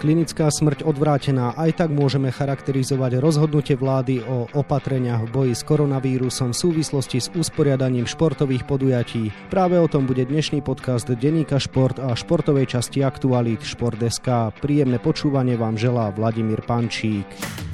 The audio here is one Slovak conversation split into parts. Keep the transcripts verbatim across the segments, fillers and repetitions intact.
klinická smrť odvrátená, aj tak môžeme charakterizovať rozhodnutie vlády o opatreniach v boji s koronavírusom v súvislosti s usporiadaním športových podujatí. Práve o tom bude dnešný podcast denníka Šport a športovej časti aktualít Šport bodka es ká. Príjemné počúvanie vám želá Vladimír Pančík.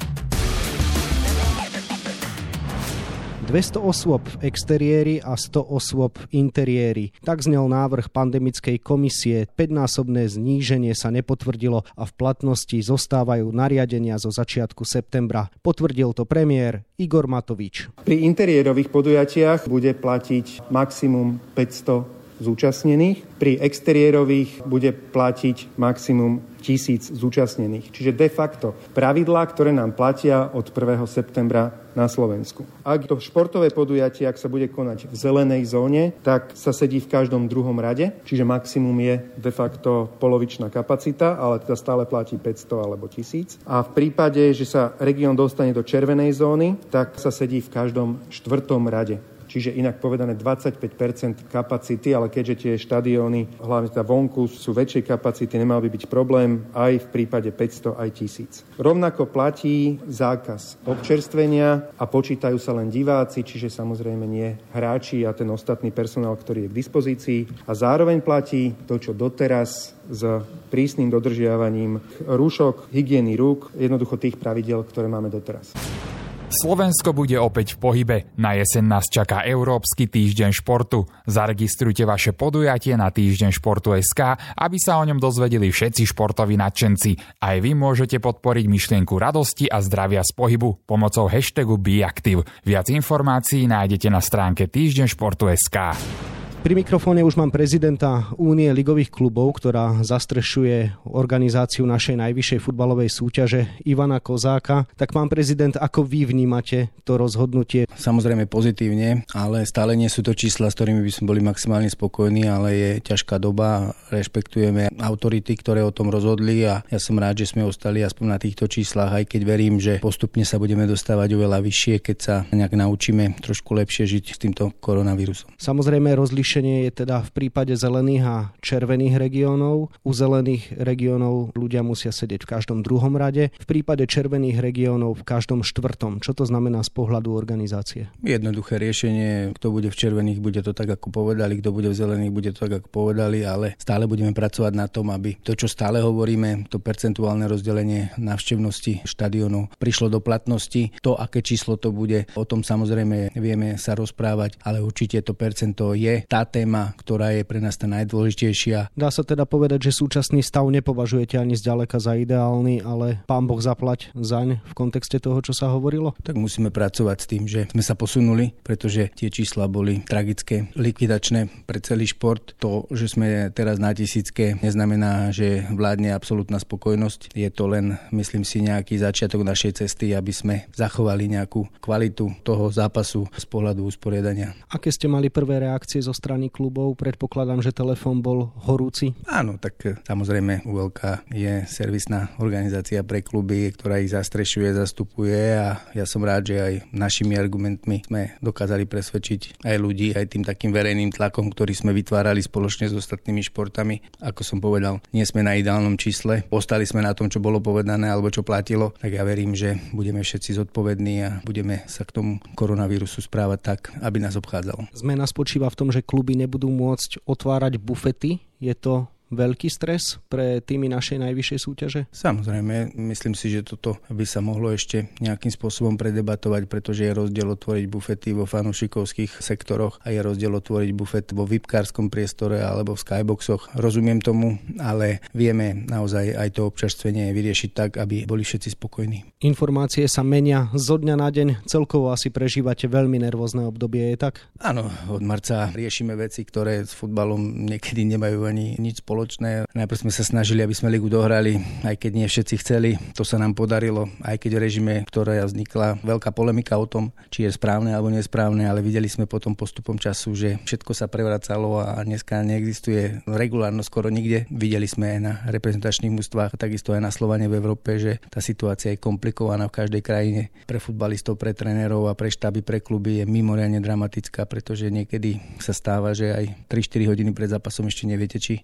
dvesto osôb v exteriéri a sto osôb v interiéri. Tak znel návrh pandemickej komisie. päťnásobné zníženie sa nepotvrdilo a v platnosti zostávajú nariadenia zo začiatku septembra. Potvrdil to premiér Igor Matovič. Pri interiérových podujatiach bude platiť maximum päťsto zúčastnených. Pri exteriérových bude platiť maximum tisíc zúčastnených. Čiže de facto pravidlá, ktoré nám platia od prvého septembra na Slovensku. Ak to športové podujatie, ak sa bude konať v zelenej zóne, tak sa sedí v každom druhom rade, čiže maximum je de facto polovičná kapacita, ale teda stále platí päťsto alebo tisíc. A v prípade, že sa región dostane do červenej zóny, tak sa sedí v každom štvrtom rade. Čiže inak povedané dvadsaťpäť percent kapacity, ale keďže tie štadióny, hlavne teda vonku, sú väčšej kapacity, nemal by byť problém aj v prípade päťsto, aj tisíc. Rovnako platí zákaz občerstvenia a počítajú sa len diváci, čiže samozrejme nie hráči a ten ostatný personál, ktorý je k dispozícii. A zároveň platí to, čo doteraz s prísnym dodržiavaním rúšok, hygieny rúk, jednoducho tých pravidiel, ktoré máme doteraz. Slovensko bude opäť v pohybe. Na jeseň nás čaká Európsky týždeň športu. Zaregistrujte vaše podujatie na týždeň športu bodka es ká, aby sa o ňom dozvedeli všetci športoví nadšenci. Aj vy môžete podporiť myšlienku radosti a zdravia z pohybu pomocou hashtagu BeActive. Viac informácií nájdete na stránke týždeň športu bodka es ká. Pri mikrofóne už mám prezidenta Únie ligových klubov, ktorá zastrešuje organizáciu našej najvyššej futbalovej súťaže, Ivana Kozáka. Tak pán prezident, ako vy vnímate to rozhodnutie? Samozrejme pozitívne, ale stále nie sú to čísla, s ktorými by sme boli maximálne spokojní, ale je ťažká doba, rešpektujeme autority, ktoré o tom rozhodli a ja som rád, že sme ostali aspoň na týchto číslach, aj keď verím, že postupne sa budeme dostávať oveľa vyššie, keď sa nejak naučíme trošku lepšie žiť s týmto koronavírusom. Samozrejme rozliš je teda v prípade zelených a červených regiónov. U zelených regiónov ľudia musia sedieť v každom druhom rade, v prípade červených regiónov v každom štvrtom. Čo to znamená z pohľadu organizácie? Jednoduché riešenie, kto bude v červených, bude to tak, ako povedali, kto bude v zelených, bude to tak, ako povedali, ale stále budeme pracovať na tom, aby to, čo stále hovoríme, to percentuálne rozdelenie návštevnosti štadiónov prišlo do platnosti. To, aké číslo to bude, o tom samozrejme vieme sa rozprávať, ale určite to percento je tá téma, ktorá je pre nás tá najdôležitejšia. Dá sa teda povedať, že súčasný stav nepovažujete ani zďaleka za ideálny, ale pán Boh zaplať zaň v kontexte toho, čo sa hovorilo? Tak musíme pracovať s tým, že sme sa posunuli, pretože tie čísla boli tragické, likvidačné pre celý šport. To, že sme teraz na tisícke, neznamená, že vládne absolútna spokojnosť. Je to len, myslím si, nejaký začiatok našej cesty, aby sme zachovali nejakú kvalitu toho zápasu z pohľadu usporiadania. Aké ste mali prvé reakcie zo strany klubov? Predpokladám, že telefón bol horúci. Áno, tak samozrejme ú el ká je servisná organizácia pre kluby, ktorá ich zastrešuje, zastupuje a ja som rád, že aj našimi argumentmi sme dokázali presvedčiť aj ľudí, aj tým takým verejným tlakom, ktorý sme vytvárali spoločne s ostatnými športami. Ako som povedal, nie sme na ideálnom čísle, ostali sme na tom, čo bolo povedané alebo čo platilo, tak ja verím, že budeme všetci zodpovední a budeme sa k tomu koronavírusu správať tak, aby nás obchádzal. Zmena spočíva v tom, že kluby nebudú môcť otvárať bufety. Je to veľký stres pre týmy našej najvyššej súťaže? Samozrejme, myslím si, že toto by sa mohlo ešte nejakým spôsobom predebatovať, pretože je rozdiel otvoriť bufety vo fanúšikovských sektoroch a je rozdiel otvoriť bufet vo vipkárskom priestore alebo v skyboxoch. Rozumiem tomu, ale vieme naozaj aj to občerstvenie vyriešiť tak, aby boli všetci spokojní. Informácie sa menia zo dňa na deň. Celkovo asi prežívate veľmi nervózne obdobie, je tak? Áno, od marca riešime veci, ktoré s futbalom niekedy nemajú ani nič spoločné. Najprv sme sa snažili, aby sme ligu dohrali, aj keď nie všetci chceli. To sa nám podarilo, aj keď v režime, ktorá vznikla veľká polemika o tom, či je správne alebo nesprávne, ale videli sme potom postupom času, že všetko sa prevracalo a dneska neexistuje regulárno skoro nikde. Videli sme aj na reprezentačných mužstvách, takisto aj na Slovane v Európe, že tá situácia je komplikovaná v každej krajine. Pre futbalistov, pre trénerov a pre štáby, pre kluby je mimoriadne dramatická, pretože niekedy sa stáva, že aj tri štyri hodiny pred zápasom ešte neviete, či budete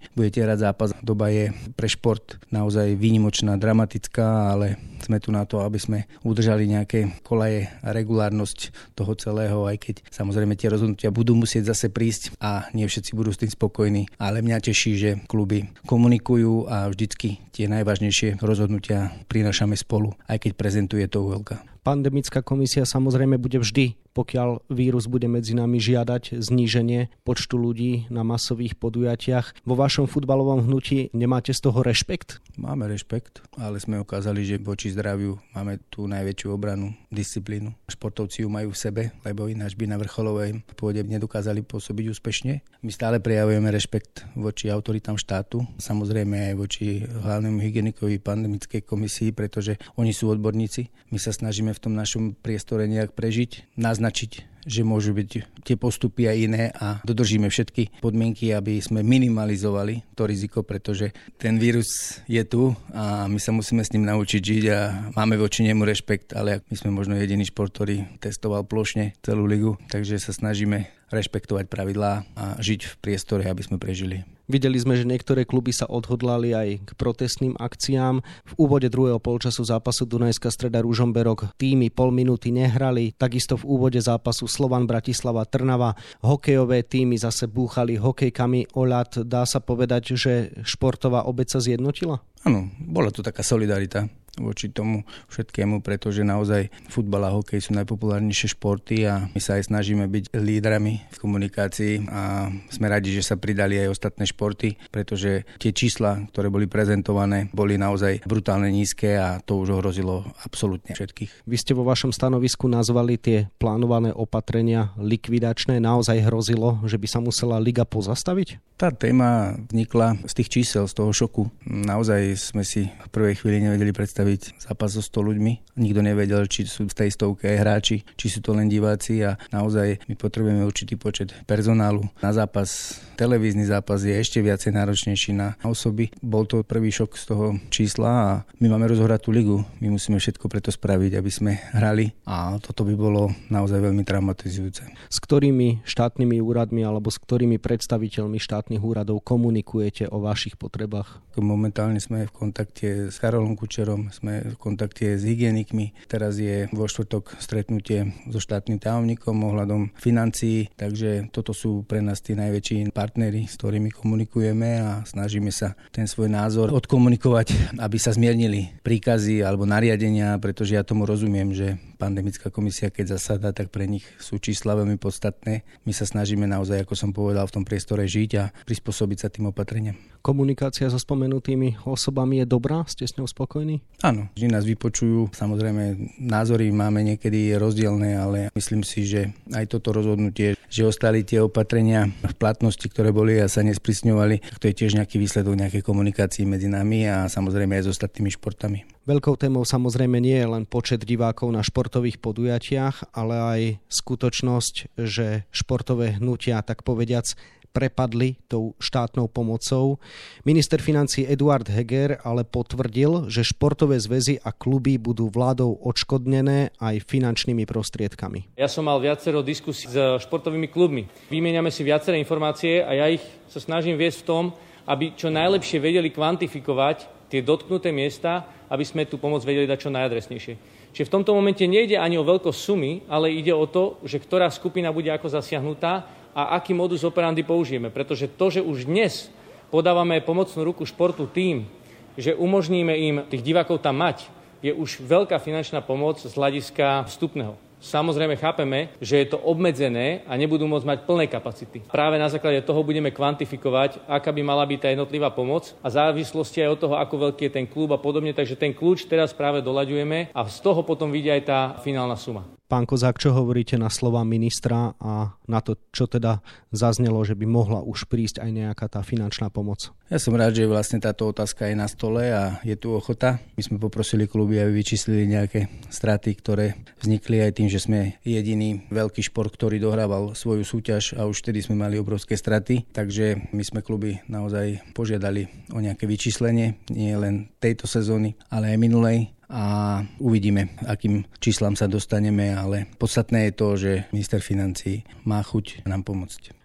prehrať zápas. Doba je pre šport naozaj výnimočná, dramatická, ale sme tu na to, aby sme udržali nejaké kolaje a regulárnosť toho celého, aj keď samozrejme tie rozhodnutia budú musieť zase prísť a nie všetci budú s tým spokojní. Ale mňa teší, že kluby komunikujú a vždycky tie najvážnejšie rozhodnutia prinášame spolu, aj keď prezentuje to ú el ká. Pandemická komisia samozrejme bude vždy, pokiaľ vírus bude medzi nami, žiadať zníženie počtu ľudí na masových podujatiach. Vo vašom futbalovom hnutí nemáte z toho rešpekt? Máme rešpekt, ale sme ukázali, že voči zdraviu máme tú najväčšiu obranu, disciplínu. Športovci ju majú v sebe, lebo ináč by na vrcholovej pôde nedokázali pôsobiť úspešne. My stále prejavujeme rešpekt voči autoritám štátu, samozrejme aj voči hlavnému hygienikovi pandemickej komisii, pretože oni sú odborníci. My sa snažíme v tom našom priestore nejak prežiť, naznačiť, že môžu byť tie postupy aj iné a dodržíme všetky podmienky, aby sme minimalizovali to riziko, pretože ten vírus je tu a my sa musíme s ním naučiť žiť a máme voči nemu rešpekt, ale my sme možno jediný šport, ktorý testoval plošne celú ligu, takže sa snažíme rešpektovať pravidlá a žiť v priestore, aby sme prežili. Videli sme, že niektoré kluby sa odhodlali aj k protestným akciám. V úvode druhého polčasu zápasu Dunajská Streda Ružomberok týmy pol minúty nehrali, takisto v úvode zápasu Slovan Bratislava Trnava hokejové týmy zase búchali hokejkami o ľad. Dá sa povedať, že športová obec sa zjednotila? Áno, bola tu taká solidarita voči tomu všetkému, pretože naozaj futbal a hokej sú najpopulárnejšie športy a my sa aj snažíme byť lídrami v komunikácii a sme radi, že sa pridali aj ostatné športy, pretože tie čísla, ktoré boli prezentované, boli naozaj brutálne nízke a to už ohrozilo absolútne všetkých. Vy ste vo vašom stanovisku nazvali tie plánované opatrenia likvidačné. Naozaj hrozilo, že by sa musela liga pozastaviť? Tá téma vznikla z tých čísel, z toho šoku. Naozaj sme si v prvej chvíli nevedeli predstaviť zápas so sto ľuďmi. Nikto nevedel, či sú v tej stovke aj hráči, či sú to len diváci a naozaj my potrebujeme určitý počet personálu. Na zápas, televízny zápas je ešte viacej náročnejší na osoby. Bol to prvý šok z toho čísla a my máme rozohrať tú ligu. My musíme všetko preto spraviť, aby sme hrali a toto by bolo naozaj veľmi traumatizujúce. S ktorými štátnymi úradmi alebo s ktorými predstaviteľmi štátnych úradov komunikujete o vašich potrebách? Momentálne sme v kontakte s Karolom Kučerom, sme v kontakte s hygienikmi. Teraz je vo štvrtok stretnutie so štátnym tajomníkom ohľadom financií, takže toto sú pre nás tí najväčší partneri, s ktorými komunikujeme a snažíme sa ten svoj názor odkomunikovať, aby sa zmiernili príkazy alebo nariadenia, pretože ja tomu rozumiem, že pandemická komisia, keď zasadá, tak pre nich sú čísla veľmi podstatné. My sa snažíme naozaj, ako som povedal, v tom priestore žiť a prispôsobiť sa tým opatreniam. Komunikácia so spomenutými osobami je dobrá? Ste s ňou spokojní? Áno, že nás vypočujú. Samozrejme, názory máme niekedy rozdielne, ale myslím si, že aj toto rozhodnutie, že ostali tie opatrenia v platnosti, ktoré boli a sa nesprísňovali, to je tiež nejaký výsledok nejakej komunikácii medzi nami a samozrejme aj s ostatnými športami. Veľkou témou samozrejme nie je len počet divákov na športových podujatiach, ale aj skutočnosť, že športové hnutia, tak povediac, prepadli tou štátnou pomocou. Minister financií Eduard Heger ale potvrdil, že športové zväzy a kluby budú vládou odškodnené aj finančnými prostriedkami. Ja som mal viacero diskusí s športovými klubmi. Vymieňame si viaceré informácie a ja ich sa snažím viesť v tom, aby čo najlepšie vedeli kvantifikovať tie dotknuté miesta, aby sme tú pomoc vedeli dať čo najadresnejšie. Čiže v tomto momente nejde ani o veľkosť sumy, ale ide o to, že ktorá skupina bude ako zasiahnutá a aký modus operandi použijeme. Pretože to, že už dnes podávame pomocnú ruku športu tým, že umožníme im tých divákov tam mať, je už veľká finančná pomoc z hľadiska vstupného. Samozrejme chápeme, že je to obmedzené a nebudú môcť mať plné kapacity. Práve na základe toho budeme kvantifikovať, aká by mala byť tá jednotlivá pomoc a závislosti aj od toho, ako veľký je ten klub a podobne. Takže ten kľúč teraz práve doľaďujeme a z toho potom vidia aj tá finálna suma. Pán Kozák, čo hovoríte na slova ministra a na to, čo teda zaznelo, že by mohla už prísť aj nejaká tá finančná pomoc? Ja som rád, že vlastne táto otázka je na stole a je tu ochota. My sme poprosili kluby, aby vyčíslili nejaké straty, ktoré vznikli aj tým, že sme jediný veľký šport, ktorý dohrával svoju súťaž a už vtedy sme mali obrovské straty. Takže my sme kluby naozaj požiadali o nejaké vyčíslenie, nie len tejto sezóny, ale aj minulej. A uvidíme, akým číslam sa dostaneme, ale podstatné je to, že minister financií má chuť nám pomôcť.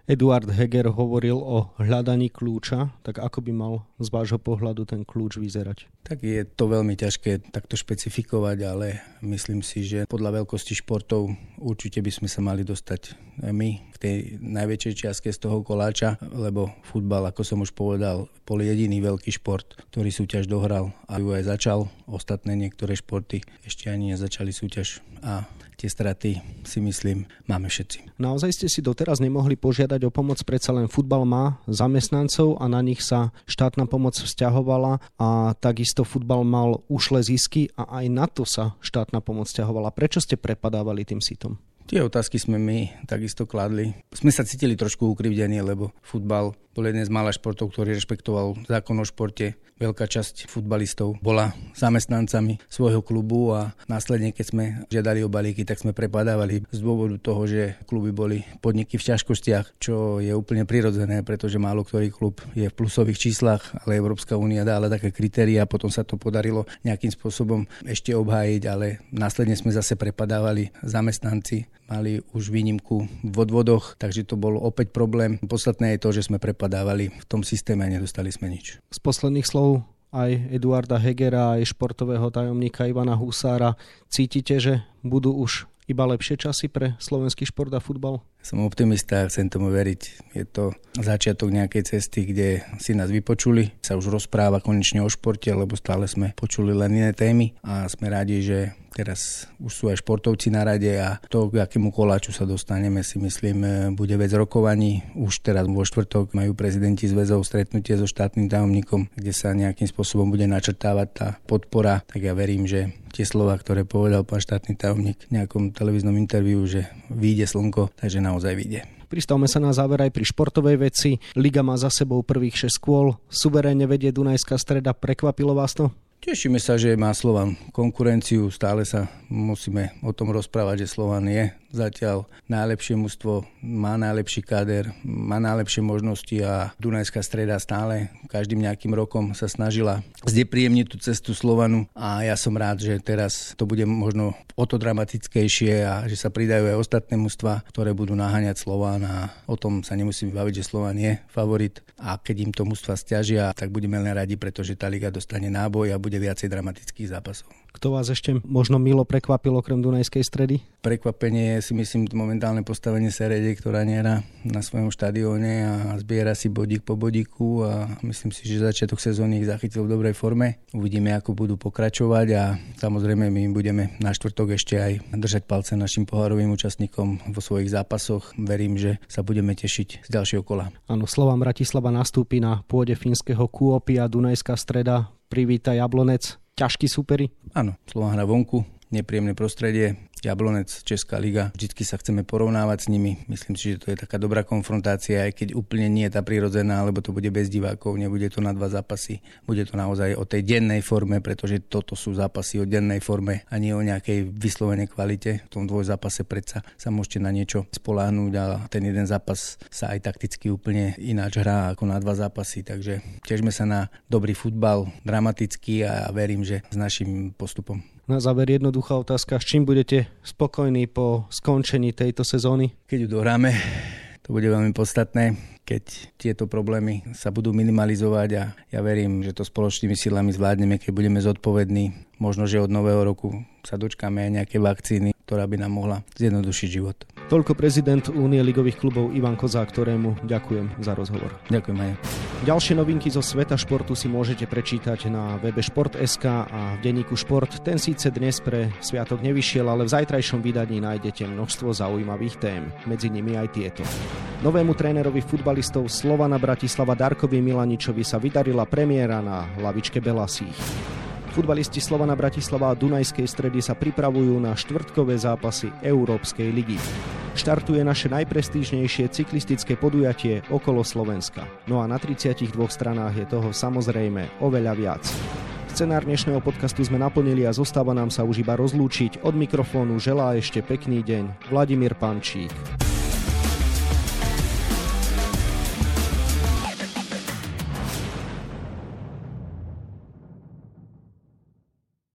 Eduard Heger hovoril o hľadaní kľúča, tak ako by mal z vášho pohľadu ten kľúč vyzerať? Tak je to veľmi ťažké takto špecifikovať, ale myslím si, že podľa veľkosti športov určite by sme sa mali dostať my v tej najväčšej čiastke z toho koláča, lebo futbal, ako som už povedal, bol jediný veľký šport, ktorý súťaž dohral a ju aj začal. Ostatné niektoré športy ešte ani nezačali súťaž a tie straty, si myslím, máme všetci. Naozaj ste si doteraz nemohli požiadať o pomoc, predsa len futbal má zamestnancov a na nich sa štátna pomoc vzťahovala a takisto futbal mal ušlé zisky a aj na to sa štátna pomoc vzťahovala. Prečo ste prepadávali tým sitom? Tie otázky sme my takisto kladli. Sme sa cítili trošku ukrivdení, lebo futbal bol jeden z mála športov, ktorý rešpektoval zákon o športe. Veľká časť futbalistov bola zamestnancami svojho klubu a následne, keď sme žiadali o balíky, tak sme prepadávali z dôvodu toho, že kluby boli podniky v ťažkostiach, čo je úplne prirodzené, pretože málo ktorý klub je v plusových číslach, ale Európska únia dala také kritériá, potom sa to podarilo nejakým spôsobom ešte obhájiť, ale následne sme zase prepadávali zamestnanci, mali už výnimku v odvodoch, takže to bol opäť problém. Podstatné je to, že sme prepadávali v tom systéme a nedostali sme nič. Z posledných slov aj Eduarda Hegera, aj športového tajomníka Ivana Husára cítite, že budú už iba lepšie časy pre slovenský šport a futbal? Som optimista a chcem tomu veriť. Je to začiatok nejakej cesty, kde si nás vypočuli. Sa už rozpráva konečne o športe, lebo stále sme počuli len iné témy a sme radi, že teraz už sú aj športovci na rade a to, k akému koláču sa dostaneme, si myslím, bude vec rokovaní. Už teraz vo štvrtok majú prezidenti zväzov stretnutie so štátnym tajomníkom, kde sa nejakým spôsobom bude načrtávať tá podpora. Tak ja verím, že tie slová, ktoré povedal pán štátny tajomník v nejakom televíznom interviu, že vyjde slnko, takže naozaj vyjde. Pristavme sa na záver aj pri športovej veci. Liga má za sebou prvých šesť kôl. Suverénne vedie Dunajská Streda. Prekvapilo vás to? Tešíme sa, že má Slovan konkurenciu. Stále sa musíme o tom rozprávať, že Slovan je zatiaľ najlepšie mužstvo, má najlepší káder, má najlepšie možnosti a Dunajská Streda stále každým nejakým rokom sa snažila zdepríjemniť tú cestu Slovanu a ja som rád, že teraz to bude možno o to dramatickejšie a že sa pridajú aj ostatné mužstva, ktoré budú naháňať Slovan a o tom sa nemusíme baviť, že Slovan je favorit a keď im to mužstva stiažia, tak budeme len radi, pretože tá liga dostane náboj a bude viacej dramatických zápasov. Kto vás ešte možno milo prekvapil okrem Dunajskej Stredy? Prekvapenie je si myslím momentálne postavenie Serede, ktorá nehrá na svojom štadióne a zbiera si bodík po bodíku a myslím si, že začiatok sezóny ich zachytil v dobrej forme. Uvidíme, ako budú pokračovať a samozrejme my budeme na štvrtok ešte aj držať palce našim pohárovým účastníkom vo svojich zápasoch. Verím, že sa budeme tešiť z ďalšieho kola. Áno, Slovan Bratislava nastúpi na pôde fínskeho Kuopy a Dunajská Streda privíta Jablonec. Ťažkí súperi? Áno, Slovan hrá vonku, nepríjemné prostredie. Jablonec, Česká liga. Vždycky sa chceme porovnávať s nimi. Myslím si, že to je taká dobrá konfrontácia, aj keď úplne nie je tá prirodzená, lebo to bude bez divákov, nebude to na dva zápasy. Bude to naozaj o tej dennej forme, pretože toto sú zápasy o dennej forme a nie o nejakej vyslovenej kvalite. V tom dvojzápase predsa sa môžete na niečo spoľahnúť a ten jeden zápas sa aj takticky úplne ináč hrá ako na dva zápasy. Takže tešíme sa na dobrý futbal, dramatický a verím, že s našim postupom. Na záver jednoduchá otázka, s čím budete spokojní po skončení tejto sezóny? Keď ju dohráme, to bude veľmi podstatné, keď tieto problémy sa budú minimalizovať a ja verím, že to spoločnými silami zvládneme, keď budeme zodpovední. Možno, že od nového roku sa dočkáme aj nejaké vakcíny, ktorá by nám mohla zjednodušiť život. Toľko prezident Únie ligových klubov Ivan Kozák, ktorému ďakujem za rozhovor. Ďakujem aj. Ďalšie novinky zo sveta športu si môžete prečítať na webe šport bodka es ká a v denníku Šport. Ten síce dnes pre sviatok nevyšiel, ale v zajtrajšom vydaní nájdete množstvo zaujímavých tém. Medzi nimi aj tieto. Novému trénerovi futbalistov Slovana Bratislava Darkovi Milaničovi sa vydarila premiéra na lavičke belasých. Futbalisti Slovana Bratislava a Dunajskej Stredy sa pripravujú na štvrtkové zápasy Európskej ligy. Štartuje naše najprestížnejšie cyklistické podujatie okolo Slovenska. No a na tridsiatich dvoch stranách je toho samozrejme oveľa viac. Scenár dnešného podcastu sme naplnili a zostáva nám sa už iba rozlúčiť. Od mikrofónu želá ešte pekný deň Vladimír Pančík.